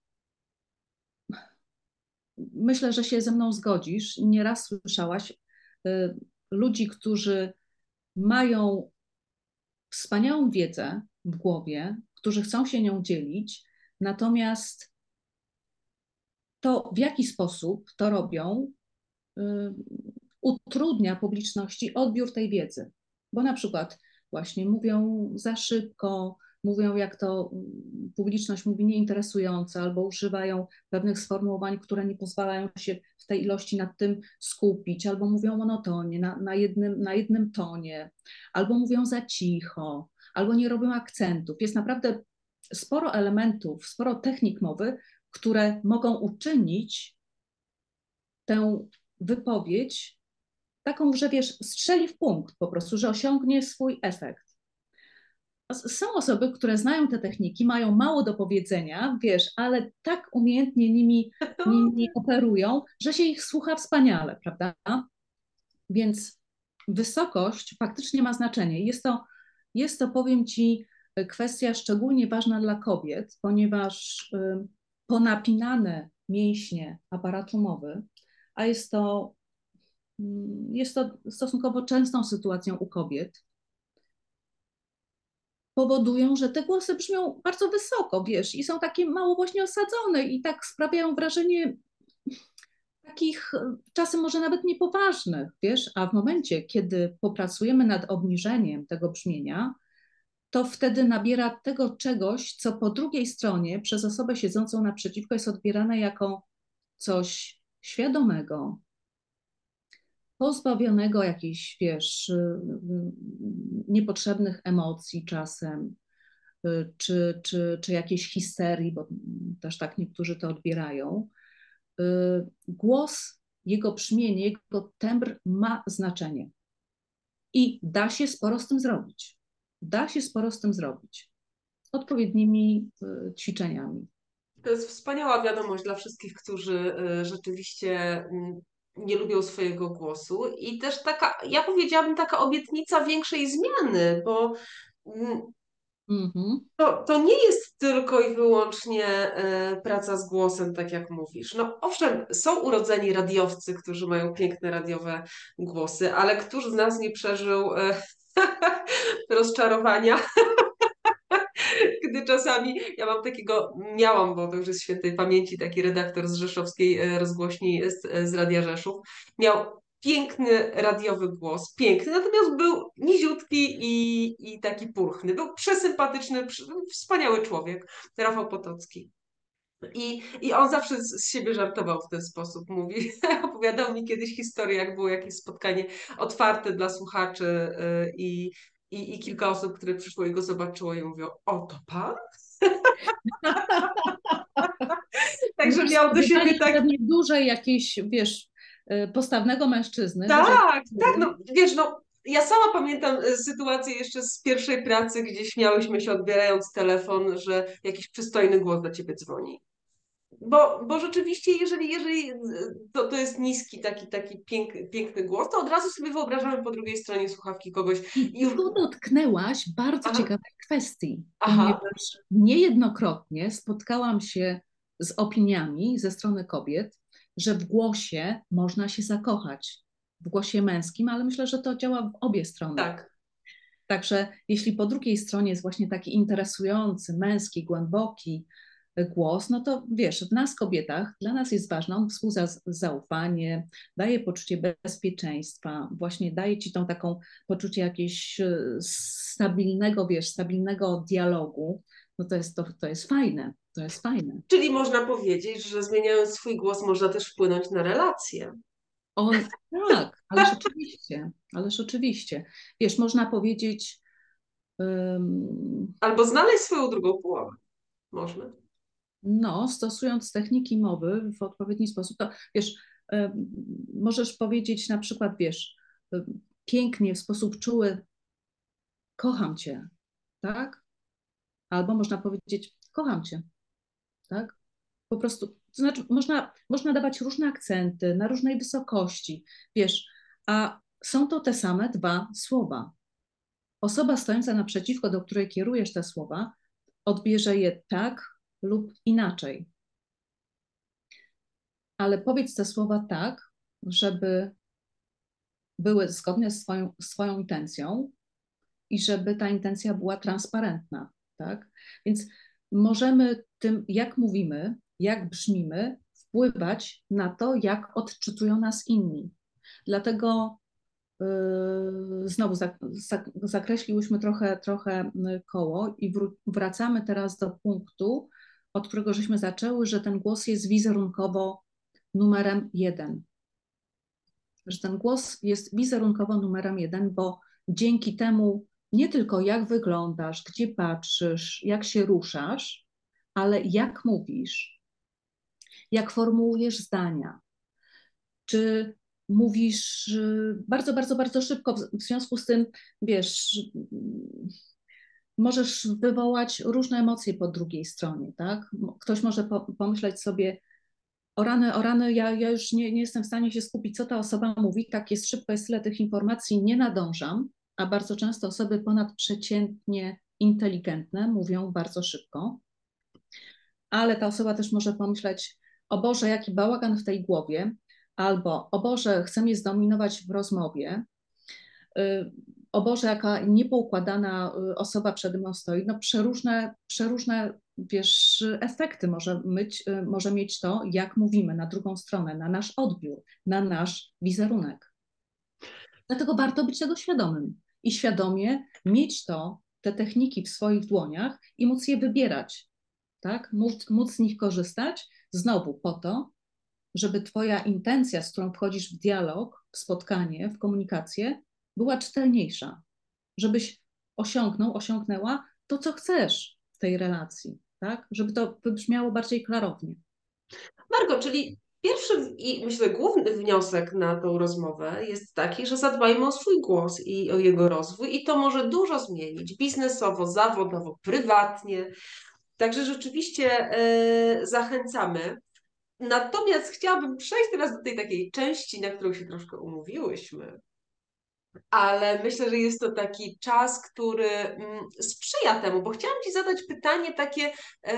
S2: myślę, że się ze mną zgodzisz, nieraz słyszałaś ludzi, którzy mają wspaniałą wiedzę w głowie, którzy chcą się nią dzielić, natomiast to, w jaki sposób to robią, utrudnia publiczności odbiór tej wiedzy, bo na przykład właśnie mówią za szybko, mówią jak to publiczność mówi nieinteresująco, albo używają pewnych sformułowań, które nie pozwalają się w tej ilości nad tym skupić, albo mówią monotonnie, na jednym tonie, albo mówią za cicho, albo nie robią akcentów. Jest naprawdę sporo elementów, sporo technik mowy, które mogą uczynić tę wypowiedź taką, że wiesz, strzeli w punkt po prostu, że osiągnie swój efekt. Są osoby, które znają te techniki, mają mało do powiedzenia, wiesz, ale tak umiejętnie nimi operują, że się ich słucha wspaniale, prawda? Więc wysokość faktycznie ma znaczenie. Jest to, powiem Ci, kwestia szczególnie ważna dla kobiet, ponieważ ponapinane mięśnie aparatu mowy, a jest to stosunkowo częstą sytuacją u kobiet, powodują, że te głosy brzmią bardzo wysoko, wiesz, i są takie mało właśnie osadzone i tak sprawiają wrażenie takich czasem może nawet niepoważnych, wiesz, a w momencie, kiedy popracujemy nad obniżeniem tego brzmienia, to wtedy nabiera tego czegoś, co po drugiej stronie przez osobę siedzącą naprzeciwko jest odbierane jako coś świadomego, pozbawionego jakichś, wiesz, niepotrzebnych emocji czasem, czy jakiejś histerii, bo też tak niektórzy to odbierają. Głos, jego brzmienie, jego tembr ma znaczenie. I da się sporo z tym zrobić. Da się sporo z tym zrobić. Odpowiednimi ćwiczeniami.
S1: To jest wspaniała wiadomość dla wszystkich, którzy rzeczywiście nie lubią swojego głosu i też taka, ja powiedziałabym, taka obietnica większej zmiany, bo to nie jest tylko i wyłącznie praca z głosem, tak jak mówisz. No owszem, są urodzeni radiowcy, którzy mają piękne radiowe głosy, ale któż z nas nie przeżył rozczarowania, gdy czasami miałam, bo to już jest świętej pamięci, taki redaktor z rzeszowskiej rozgłośni z Radia Rzeszów, miał piękny radiowy głos, piękny, natomiast był niziutki i taki purchny. Był przesympatyczny, wspaniały człowiek, Rafał Potocki. I on zawsze z siebie żartował w ten sposób. Mówi, opowiadał mi kiedyś historię, jak było jakieś spotkanie otwarte dla słuchaczy i kilka osób, które przyszło i go zobaczyło i mówią, o to pan? Także miał do siebie tak...
S2: pewnie dłużej jakiejś, wiesz, postawnego mężczyzny.
S1: Tak, tak, no wiesz, no ja sama pamiętam sytuację jeszcze z pierwszej pracy, gdzie śmiałyśmy się odbierając telefon, że jakiś przystojny głos do ciebie dzwoni. Bo rzeczywiście, jeżeli to jest niski, taki piękny głos, to od razu sobie wyobrażamy po drugiej stronie słuchawki kogoś.
S2: I tu dotknęłaś bardzo ciekawej kwestii,
S1: Aha.
S2: ponieważ niejednokrotnie spotkałam się z opiniami ze strony kobiet, że w głosie można się zakochać, w głosie męskim, ale myślę, że to działa w obie strony.
S1: Tak.
S2: Także jeśli po drugiej stronie jest właśnie taki interesujący, męski, głęboki głos, no to wiesz, w nas kobietach, dla nas jest ważne, on wzbudza zaufanie, daje poczucie bezpieczeństwa, właśnie daje ci tą taką poczucie jakiegoś stabilnego, wiesz, stabilnego dialogu, no to jest fajne, to jest fajne.
S1: Czyli można powiedzieć, że zmieniając swój głos można też wpłynąć na relacje.
S2: Tak, ależ oczywiście. Wiesz, można powiedzieć...
S1: Albo znaleźć swoją drugą połowę. Można.
S2: No, stosując techniki mowy w odpowiedni sposób, to wiesz, możesz powiedzieć na przykład, wiesz, pięknie, w sposób czuły, kocham cię, tak? Albo można powiedzieć, kocham cię, tak? Po prostu, to znaczy, można dawać różne akcenty na różnej wysokości, wiesz, a są to te same dwa słowa. Osoba stojąca naprzeciwko, do której kierujesz te słowa, odbierze je tak lub inaczej. Ale powiedz te słowa tak, żeby były zgodne z swoją intencją i żeby ta intencja była transparentna, tak? Więc możemy tym, jak mówimy, jak brzmimy, wpływać na to, jak odczytują nas inni. Dlatego znowu zakreśliłyśmy trochę koło i wracamy teraz do punktu, od którego żeśmy zaczęły, że ten głos jest wizerunkowo numerem 1. Że ten głos jest wizerunkowo numerem 1, bo dzięki temu nie tylko jak wyglądasz, gdzie patrzysz, jak się ruszasz, ale jak mówisz, jak formułujesz zdania, czy mówisz bardzo, bardzo, bardzo szybko, w związku z tym, wiesz, możesz wywołać różne emocje po drugiej stronie, tak? Ktoś może pomyśleć sobie, o rany, ja już nie jestem w stanie się skupić, co ta osoba mówi, tak jest szybko, jest tyle tych informacji, nie nadążam, a bardzo często osoby ponadprzeciętnie inteligentne mówią bardzo szybko, ale ta osoba też może pomyśleć, o Boże, jaki bałagan w tej głowie, albo o Boże, chce mnie zdominować w rozmowie, o Boże, jaka niepoukładana osoba przede mną stoi. No przeróżne wiesz, efekty może mieć to, jak mówimy na drugą stronę, na nasz odbiór, na nasz wizerunek. Dlatego warto być tego świadomym i świadomie mieć te techniki w swoich dłoniach i móc je wybierać, tak? Móc z nich korzystać znowu po to, żeby twoja intencja, z którą wchodzisz w dialog, w spotkanie, w komunikację, była czytelniejsza, żebyś osiągnęła to, co chcesz w tej relacji, tak? Żeby to wybrzmiało bardziej klarownie.
S1: Margo, czyli pierwszy i myślę główny wniosek na tą rozmowę jest taki, że zadbajmy o swój głos i o jego rozwój i to może dużo zmienić biznesowo, zawodowo, prywatnie. Także rzeczywiście zachęcamy. Natomiast chciałabym przejść teraz do tej takiej części, na którą się troszkę umówiłyśmy, ale myślę, że jest to taki czas, który sprzyja temu, bo chciałam Ci zadać pytanie takie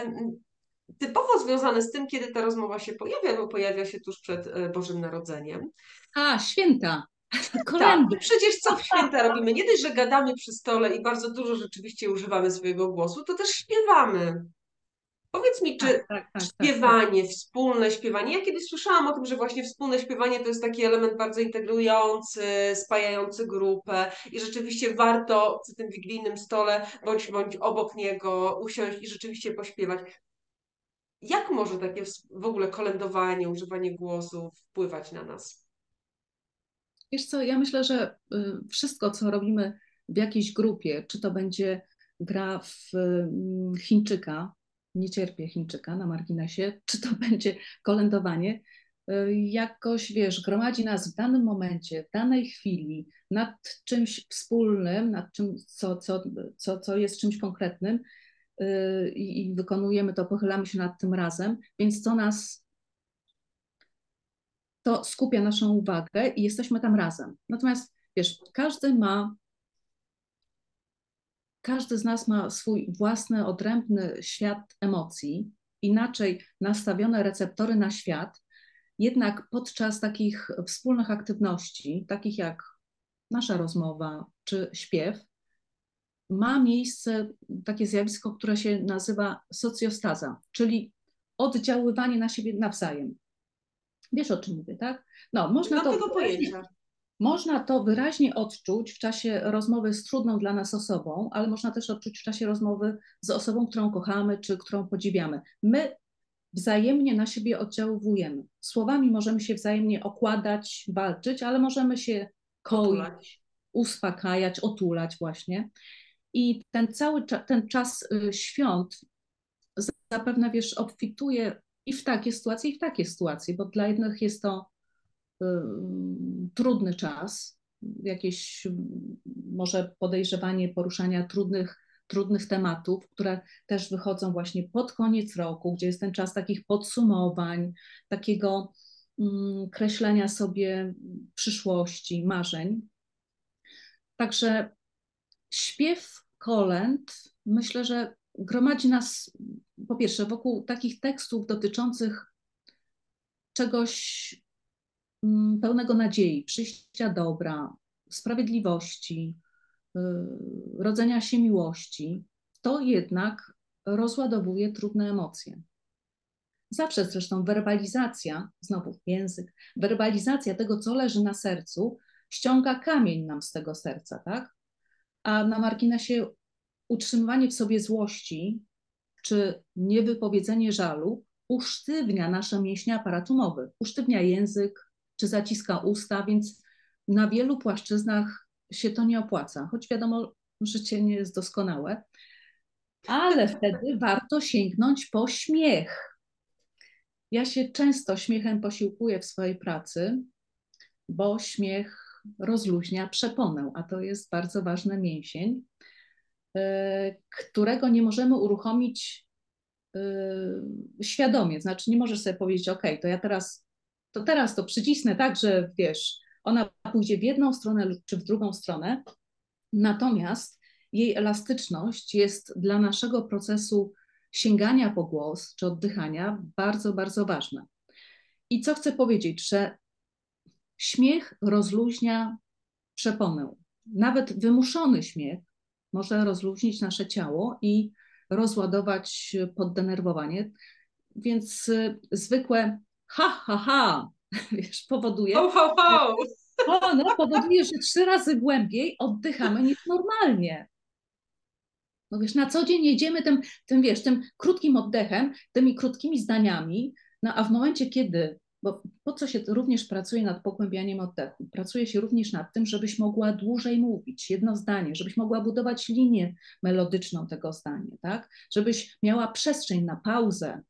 S1: typowo związane z tym, kiedy ta rozmowa się pojawia, bo pojawia się tuż przed Bożym Narodzeniem.
S2: A, święta,
S1: Tak,
S2: kolędy.
S1: no przecież co w święta robimy? Nie dość, że gadamy przy stole i bardzo dużo rzeczywiście używamy swojego głosu, to też śpiewamy. Powiedz mi, czy
S2: Tak.
S1: śpiewanie, wspólne śpiewanie, ja kiedyś słyszałam o tym, że właśnie wspólne śpiewanie to jest taki element bardzo integrujący, spajający grupę i rzeczywiście warto przy tym wigilijnym stole bądź obok niego usiąść i rzeczywiście pośpiewać. Jak może takie w ogóle kolędowanie, używanie głosu wpływać na nas?
S2: Wiesz co, ja myślę, że wszystko, co robimy w jakiejś grupie, czy to będzie gra w Chińczyka, nie cierpię Chińczyka na marginesie, czy to będzie kolędowanie, jakoś, wiesz, gromadzi nas w danym momencie, w danej chwili, nad czymś wspólnym, nad czym, co jest czymś konkretnym i wykonujemy to, pochylamy się nad tym razem, więc to skupia naszą uwagę i jesteśmy tam razem. Natomiast wiesz, każdy z nas ma swój własny, odrębny świat emocji, inaczej nastawione receptory na świat, jednak podczas takich wspólnych aktywności, takich jak nasza rozmowa czy śpiew, ma miejsce takie zjawisko, które się nazywa socjostaza, czyli oddziaływanie na siebie nawzajem. Wiesz, o czym mówię, tak? No,
S1: Nie mam tego pojęcia.
S2: można to wyraźnie odczuć w czasie rozmowy z trudną dla nas osobą, ale można też odczuć w czasie rozmowy z osobą, którą kochamy czy którą podziwiamy. My wzajemnie na siebie oddziałujemy. Słowami możemy się wzajemnie okładać, walczyć, ale możemy się
S1: Otulać.
S2: koić, uspokajać, otulać właśnie. I ten czas świąt zapewne, wiesz, obfituje i w takie sytuacje, i w takie sytuacje, bo dla jednych jest to trudny czas, jakieś może podejrzewanie poruszania trudnych tematów, które też wychodzą właśnie pod koniec roku, gdzie jest ten czas takich podsumowań, takiego kreślenia sobie przyszłości, marzeń. Także śpiew kolęd, myślę, że gromadzi nas po pierwsze wokół takich tekstów dotyczących czegoś pełnego nadziei, przyjścia dobra, sprawiedliwości, rodzenia się miłości, to jednak rozładowuje trudne emocje. Zawsze zresztą werbalizacja, znowu język, werbalizacja tego, co leży na sercu, ściąga kamień nam z tego serca, tak? A na marginesie utrzymywanie w sobie złości czy niewypowiedzenie żalu usztywnia nasze mięśnie aparatu mowy, usztywnia język czy zaciska usta, więc na wielu płaszczyznach się to nie opłaca, choć wiadomo, życie nie jest doskonałe, ale wtedy warto sięgnąć po śmiech. Ja się często śmiechem posiłkuję w swojej pracy, bo śmiech rozluźnia przeponę, a to jest bardzo ważny mięsień, którego nie możemy uruchomić świadomie. Znaczy nie możesz sobie powiedzieć, ok, to ja teraz to przycisnę tak, że wiesz, ona pójdzie w jedną stronę czy w drugą stronę, natomiast jej elastyczność jest dla naszego procesu sięgania po głos czy oddychania bardzo, bardzo ważna. I co chcę powiedzieć, że śmiech rozluźnia przeponę. Nawet wymuszony śmiech może rozluźnić nasze ciało i rozładować poddenerwowanie. Więc zwykłe ha, ha, ha, wiesz, powoduje,
S1: Ho, ho, ho!
S2: powoduje, że 3 razy głębiej oddychamy niż normalnie. No wiesz, na co dzień jedziemy tym krótkim oddechem, tymi krótkimi zdaniami, no a w momencie, kiedy, bo po co się również pracuje nad pogłębianiem oddechu? Pracuje się również nad tym, żebyś mogła dłużej mówić, jedno zdanie, żebyś mogła budować linię melodyczną tego zdania, tak? Żebyś miała przestrzeń na pauzę.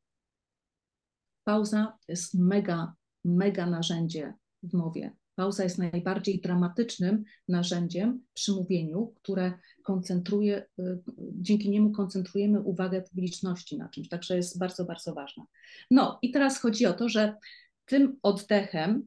S2: Pauza to jest mega, mega narzędzie w mowie. Pauza jest najbardziej dramatycznym narzędziem przy mówieniu, które koncentruje, dzięki niemu koncentrujemy uwagę publiczności na czymś, także jest bardzo, bardzo ważna. No i teraz chodzi o to, że tym oddechem,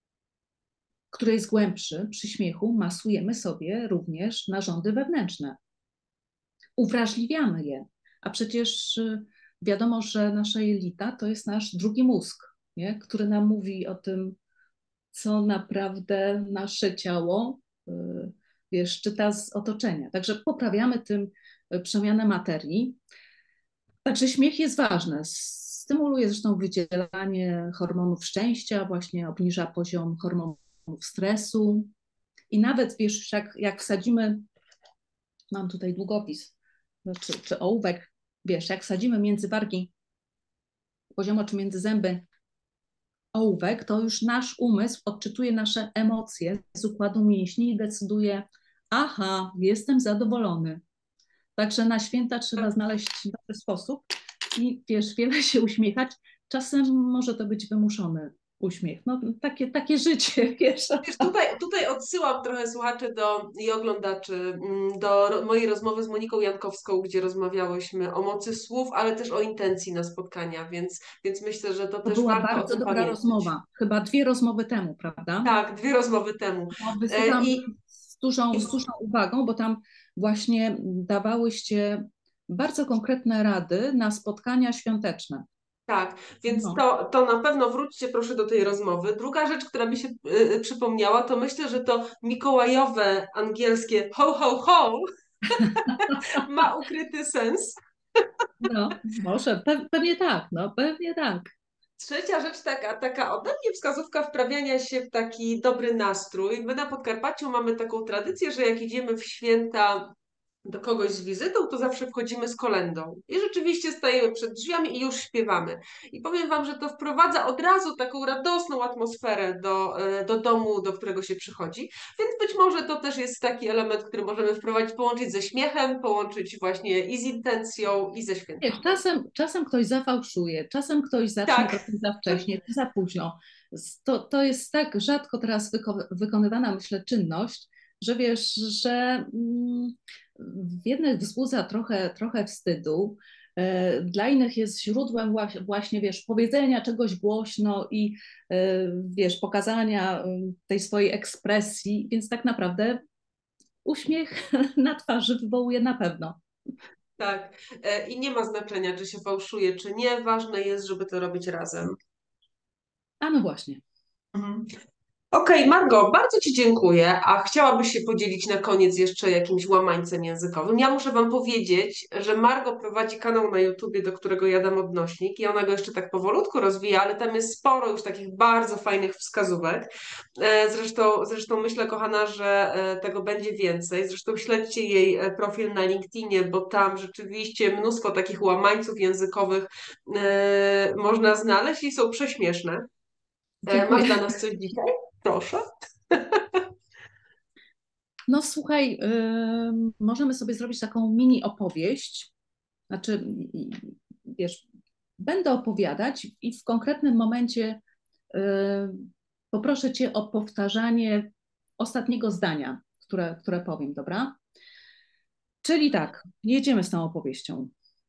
S2: który jest głębszy przy śmiechu, masujemy sobie również narządy wewnętrzne. Uwrażliwiamy je, a przecież wiadomo, że nasze jelita to jest nasz drugi mózg, nie? Który nam mówi o tym, co naprawdę nasze ciało, wiesz, czyta z otoczenia. Także poprawiamy tym przemianę materii. Także śmiech jest ważny. Stymuluje zresztą wydzielanie hormonów szczęścia, właśnie obniża poziom hormonów stresu. I nawet, wiesz, jak wsadzimy, mam tutaj długopis, czy ołówek, wiesz, jak wsadzimy między wargi poziomo, czy między zęby ołówek, to już nasz umysł odczytuje nasze emocje z układu mięśni i decyduje, aha, jestem zadowolony. Także na święta trzeba znaleźć dobry sposób i wiesz, wiele się uśmiechać. Czasem może to być wymuszony uśmiech. No takie życie, wiesz.
S1: Wiesz, tutaj odsyłam trochę słuchaczy i oglądaczy do mojej rozmowy z Moniką Jankowską, gdzie rozmawiałyśmy o mocy słów, ale też o intencji na spotkania, więc myślę, że to
S2: To
S1: też
S2: była
S1: warto o
S2: bardzo
S1: tym
S2: dobra
S1: pamiętać.
S2: rozmowa. Chyba 2 rozmowy temu, prawda?
S1: Tak, 2 rozmowy temu.
S2: No,
S1: E,
S2: wysłucham
S1: I,
S2: z dużą uwagą, bo tam właśnie dawałyście bardzo konkretne rady na spotkania świąteczne.
S1: tak, więc
S2: No.
S1: to na pewno wróćcie proszę do tej rozmowy. Druga rzecz, która mi się przypomniała, to myślę, że to mikołajowe angielskie ho, ho, ho ma ukryty sens.
S2: No, może, pewnie tak, no, pewnie tak.
S1: Trzecia rzecz, taka ode mnie wskazówka wprawiania się w taki dobry nastrój. My na Podkarpaciu mamy taką tradycję, że jak idziemy w święta do kogoś z wizytą, to zawsze wchodzimy z kolędą. I rzeczywiście stajemy przed drzwiami i już śpiewamy. I powiem Wam, że to wprowadza od razu taką radosną atmosferę do domu, do którego się przychodzi. Więc być może to też jest taki element, który możemy wprowadzić, połączyć ze śmiechem, połączyć właśnie i z intencją, i ze
S2: Wiesz,
S1: świętami.
S2: czasem ktoś zafałszuje, czasem ktoś zacznie
S1: Tak,
S2: trochę za wcześnie, czy za późno. To jest tak rzadko teraz wykonywana, myślę, czynność, że wiesz, że w jednych wzbudza trochę wstydu, dla innych jest źródłem właśnie, wiesz, powiedzenia czegoś głośno i wiesz, pokazania tej swojej ekspresji, więc tak naprawdę uśmiech na twarzy wywołuje na pewno.
S1: tak. I nie ma znaczenia, czy się fałszuje, czy nie. Ważne jest, żeby to robić razem.
S2: A no właśnie.
S1: Mhm. Okej, Margo, bardzo Ci dziękuję. A chciałabyś się podzielić na koniec jeszcze jakimś łamańcem językowym? Ja muszę Wam powiedzieć, że Margo prowadzi kanał na YouTubie, do którego ja dam odnośnik i ona go jeszcze tak powolutku rozwija, ale tam jest sporo już takich bardzo fajnych wskazówek. Zresztą myślę, kochana, że tego będzie więcej. Zresztą śledźcie jej profil na LinkedInie, bo tam rzeczywiście mnóstwo takich łamańców językowych można znaleźć i są prześmieszne.
S2: Dziękuję.
S1: Masz dla nas coś dzisiaj? Proszę.
S2: No słuchaj, możemy sobie zrobić taką mini opowieść. Znaczy, wiesz, będę opowiadać i w konkretnym momencie y, poproszę Cię o powtarzanie ostatniego zdania, które powiem, dobra? Czyli tak, jedziemy z tą opowieścią.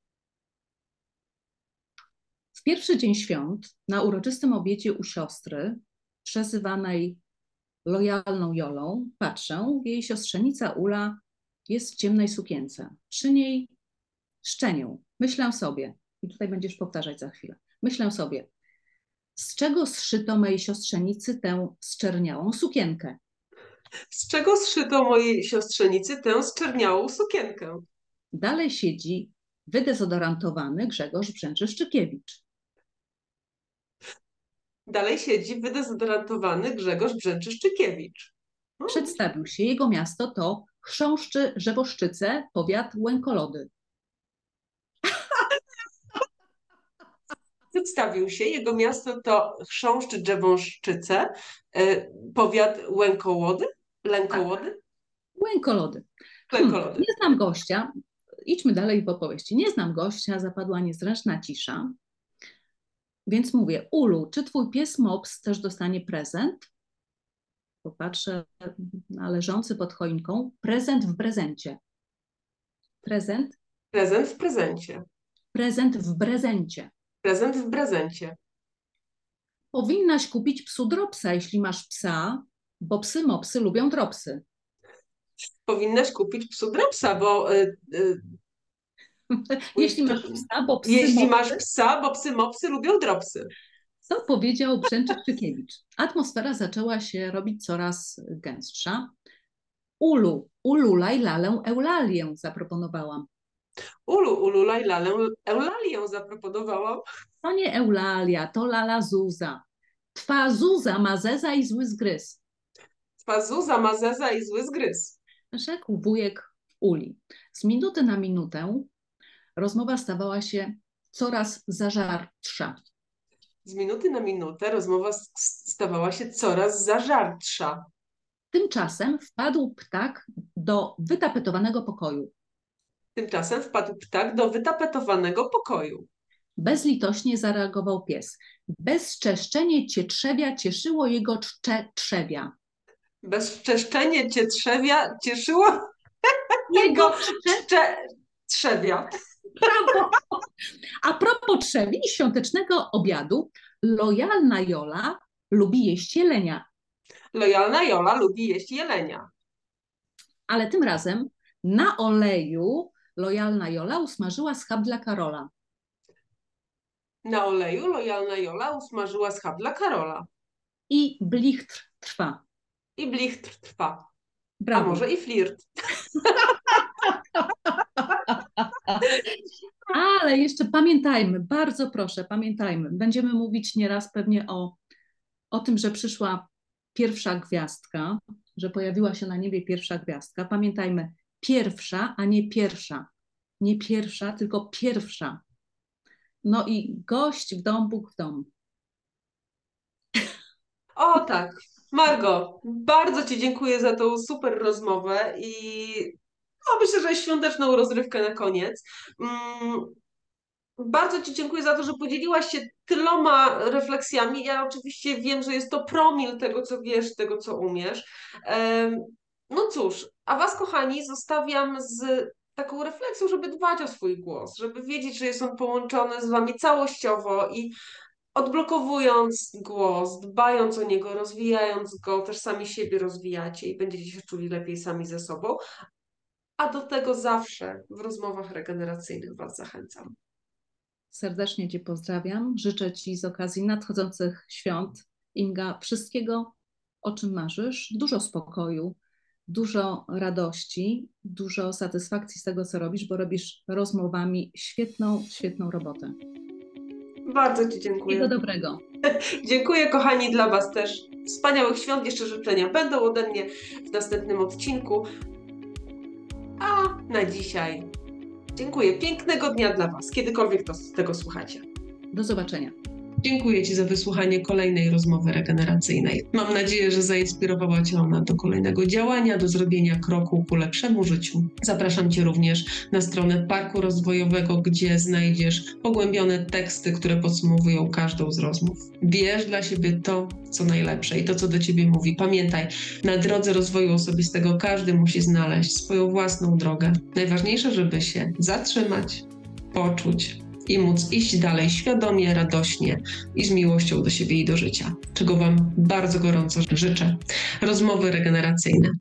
S2: W pierwszy dzień świąt, na uroczystym obiedzie u siostry, przezywanej lojalną Jolą, patrzę, jej siostrzenica Ula jest w ciemnej sukience. Przy niej szczenię. Myślę sobie, i tutaj będziesz powtarzać za chwilę, myślę sobie, z czego zszyto mojej siostrzenicy tę zczerniałą sukienkę?
S1: Z czego zszyto mojej siostrzenicy tę zczerniałą sukienkę?
S2: Dalej siedzi wydezodorantowany Grzegorz Brzęczyszczykiewicz.
S1: Dalej siedzi wydezodorantowany Grzegorz Brzęczyszczykiewicz.
S2: Przedstawił się, jego miasto to Chrząszczy Żeboszczyce, powiat Łękolody.
S1: Przedstawił się, jego miasto to Chrząszcz Drzewąszczyce, powiat Łękołody,
S2: Tak,
S1: Lękołody,
S2: Łękolody.
S1: Lękolody.
S2: Nie znam gościa. Idźmy dalej w opowieści. Nie znam gościa, zapadła niezręczna cisza. Więc mówię, Ulu, czy twój pies Mops też dostanie prezent? Popatrzę na leżący pod choinką. Prezent w prezencie. Prezent,
S1: Prezent w prezencie.
S2: prezent w prezencie.
S1: Prezent w prezencie.
S2: Powinnaś kupić psu dropsa, jeśli masz psa, bo psy Mopsy lubią dropsy.
S1: Powinnaś kupić psu dropsa, bo
S2: Jeśli masz psa, bo psy
S1: jeśli masz
S2: Mopsy,
S1: psa, bo psy mopsy lubią dropsy.
S2: co powiedział Brzęczyszczykiewicz. Atmosfera zaczęła się robić coraz gęstsza. Ulu, ululaj lalę Eulalię, zaproponowałam.
S1: Ululaj lalę Eulalię zaproponowałam.
S2: To nie Eulalia, to lala Zuza. Twa Zuza ma zeza i zły zgryz,
S1: Twa Zuza ma zeza i zły zgryz.
S2: rzekł wujek Uli. Z minuty na minutę rozmowa stawała się coraz zażartsza.
S1: Z minuty na minutę rozmowa stawała się coraz zażartsza.
S2: Tymczasem wpadł ptak do wytapetowanego pokoju.
S1: Tymczasem wpadł ptak do wytapetowanego pokoju.
S2: Bezlitośnie zareagował pies. Bezczeszczenie cietrzewia cieszyło jego trzewia.
S1: Bezczeszczenie cietrzewia cieszyło
S2: Jego
S1: jego trzewia.
S2: prawo. A propos trzewi i świątecznego obiadu, lojalna Jola lubi jeść jelenia.
S1: Lojalna Jola lubi jeść jelenia.
S2: Ale tym razem na oleju lojalna Jola usmażyła schab dla Karola.
S1: Na oleju lojalna Jola usmażyła schab dla Karola.
S2: I blichtr trwa.
S1: I blichtr trwa. A
S2: Brawo.
S1: może i flirt.
S2: Ale jeszcze pamiętajmy, bardzo proszę, pamiętajmy. Będziemy mówić nieraz pewnie o tym, że przyszła pierwsza gwiazdka, że pojawiła się na niebie pierwsza gwiazdka. Pamiętajmy, pierwsza, a nie pierwsza. Nie pierwsza, tylko pierwsza. No i gość w dom, Bóg w dom.
S1: O tak. Margo, bardzo Ci dziękuję za tą super rozmowę i no, myślę, że świąteczną rozrywkę na koniec. Bardzo Ci dziękuję za to, że podzieliłaś się tyloma refleksjami. Ja oczywiście wiem, że jest to promil tego, co wiesz, tego, co umiesz. No cóż, a Was, kochani, zostawiam z taką refleksją, żeby dbać o swój głos, żeby wiedzieć, że jest on połączony z Wami całościowo i odblokowując głos, dbając o niego, rozwijając go, też sami siebie rozwijacie i będziecie się czuli lepiej sami ze sobą. A do tego zawsze w rozmowach regeneracyjnych Was zachęcam.
S2: Serdecznie Cię pozdrawiam. Życzę Ci z okazji nadchodzących świąt, Inga, wszystkiego o czym marzysz, dużo spokoju, dużo radości, dużo satysfakcji z tego, co robisz, bo robisz rozmowami świetną, świetną robotę.
S1: Bardzo Ci dziękuję.
S2: Wszystkiego dobrego.
S1: Dziękuję, kochani, dla Was też. Wspaniałych świąt, jeszcze życzenia będą ode mnie w następnym odcinku. A na dzisiaj dziękuję. Pięknego dnia dla Was, kiedykolwiek tego słuchacie.
S2: Do zobaczenia.
S1: Dziękuję Ci za wysłuchanie kolejnej rozmowy regeneracyjnej. Mam nadzieję, że zainspirowała Cię ona do kolejnego działania, do zrobienia kroku ku lepszemu życiu. Zapraszam Cię również na stronę Parku Rozwojowego, gdzie znajdziesz pogłębione teksty, które podsumowują każdą z rozmów. Bierz dla siebie to, co najlepsze i to, co do Ciebie mówi. Pamiętaj, na drodze rozwoju osobistego każdy musi znaleźć swoją własną drogę. Najważniejsze, żeby się zatrzymać, poczuć i móc iść dalej świadomie, radośnie i z miłością do siebie i do życia, czego Wam bardzo gorąco życzę. Rozmowy regeneracyjne.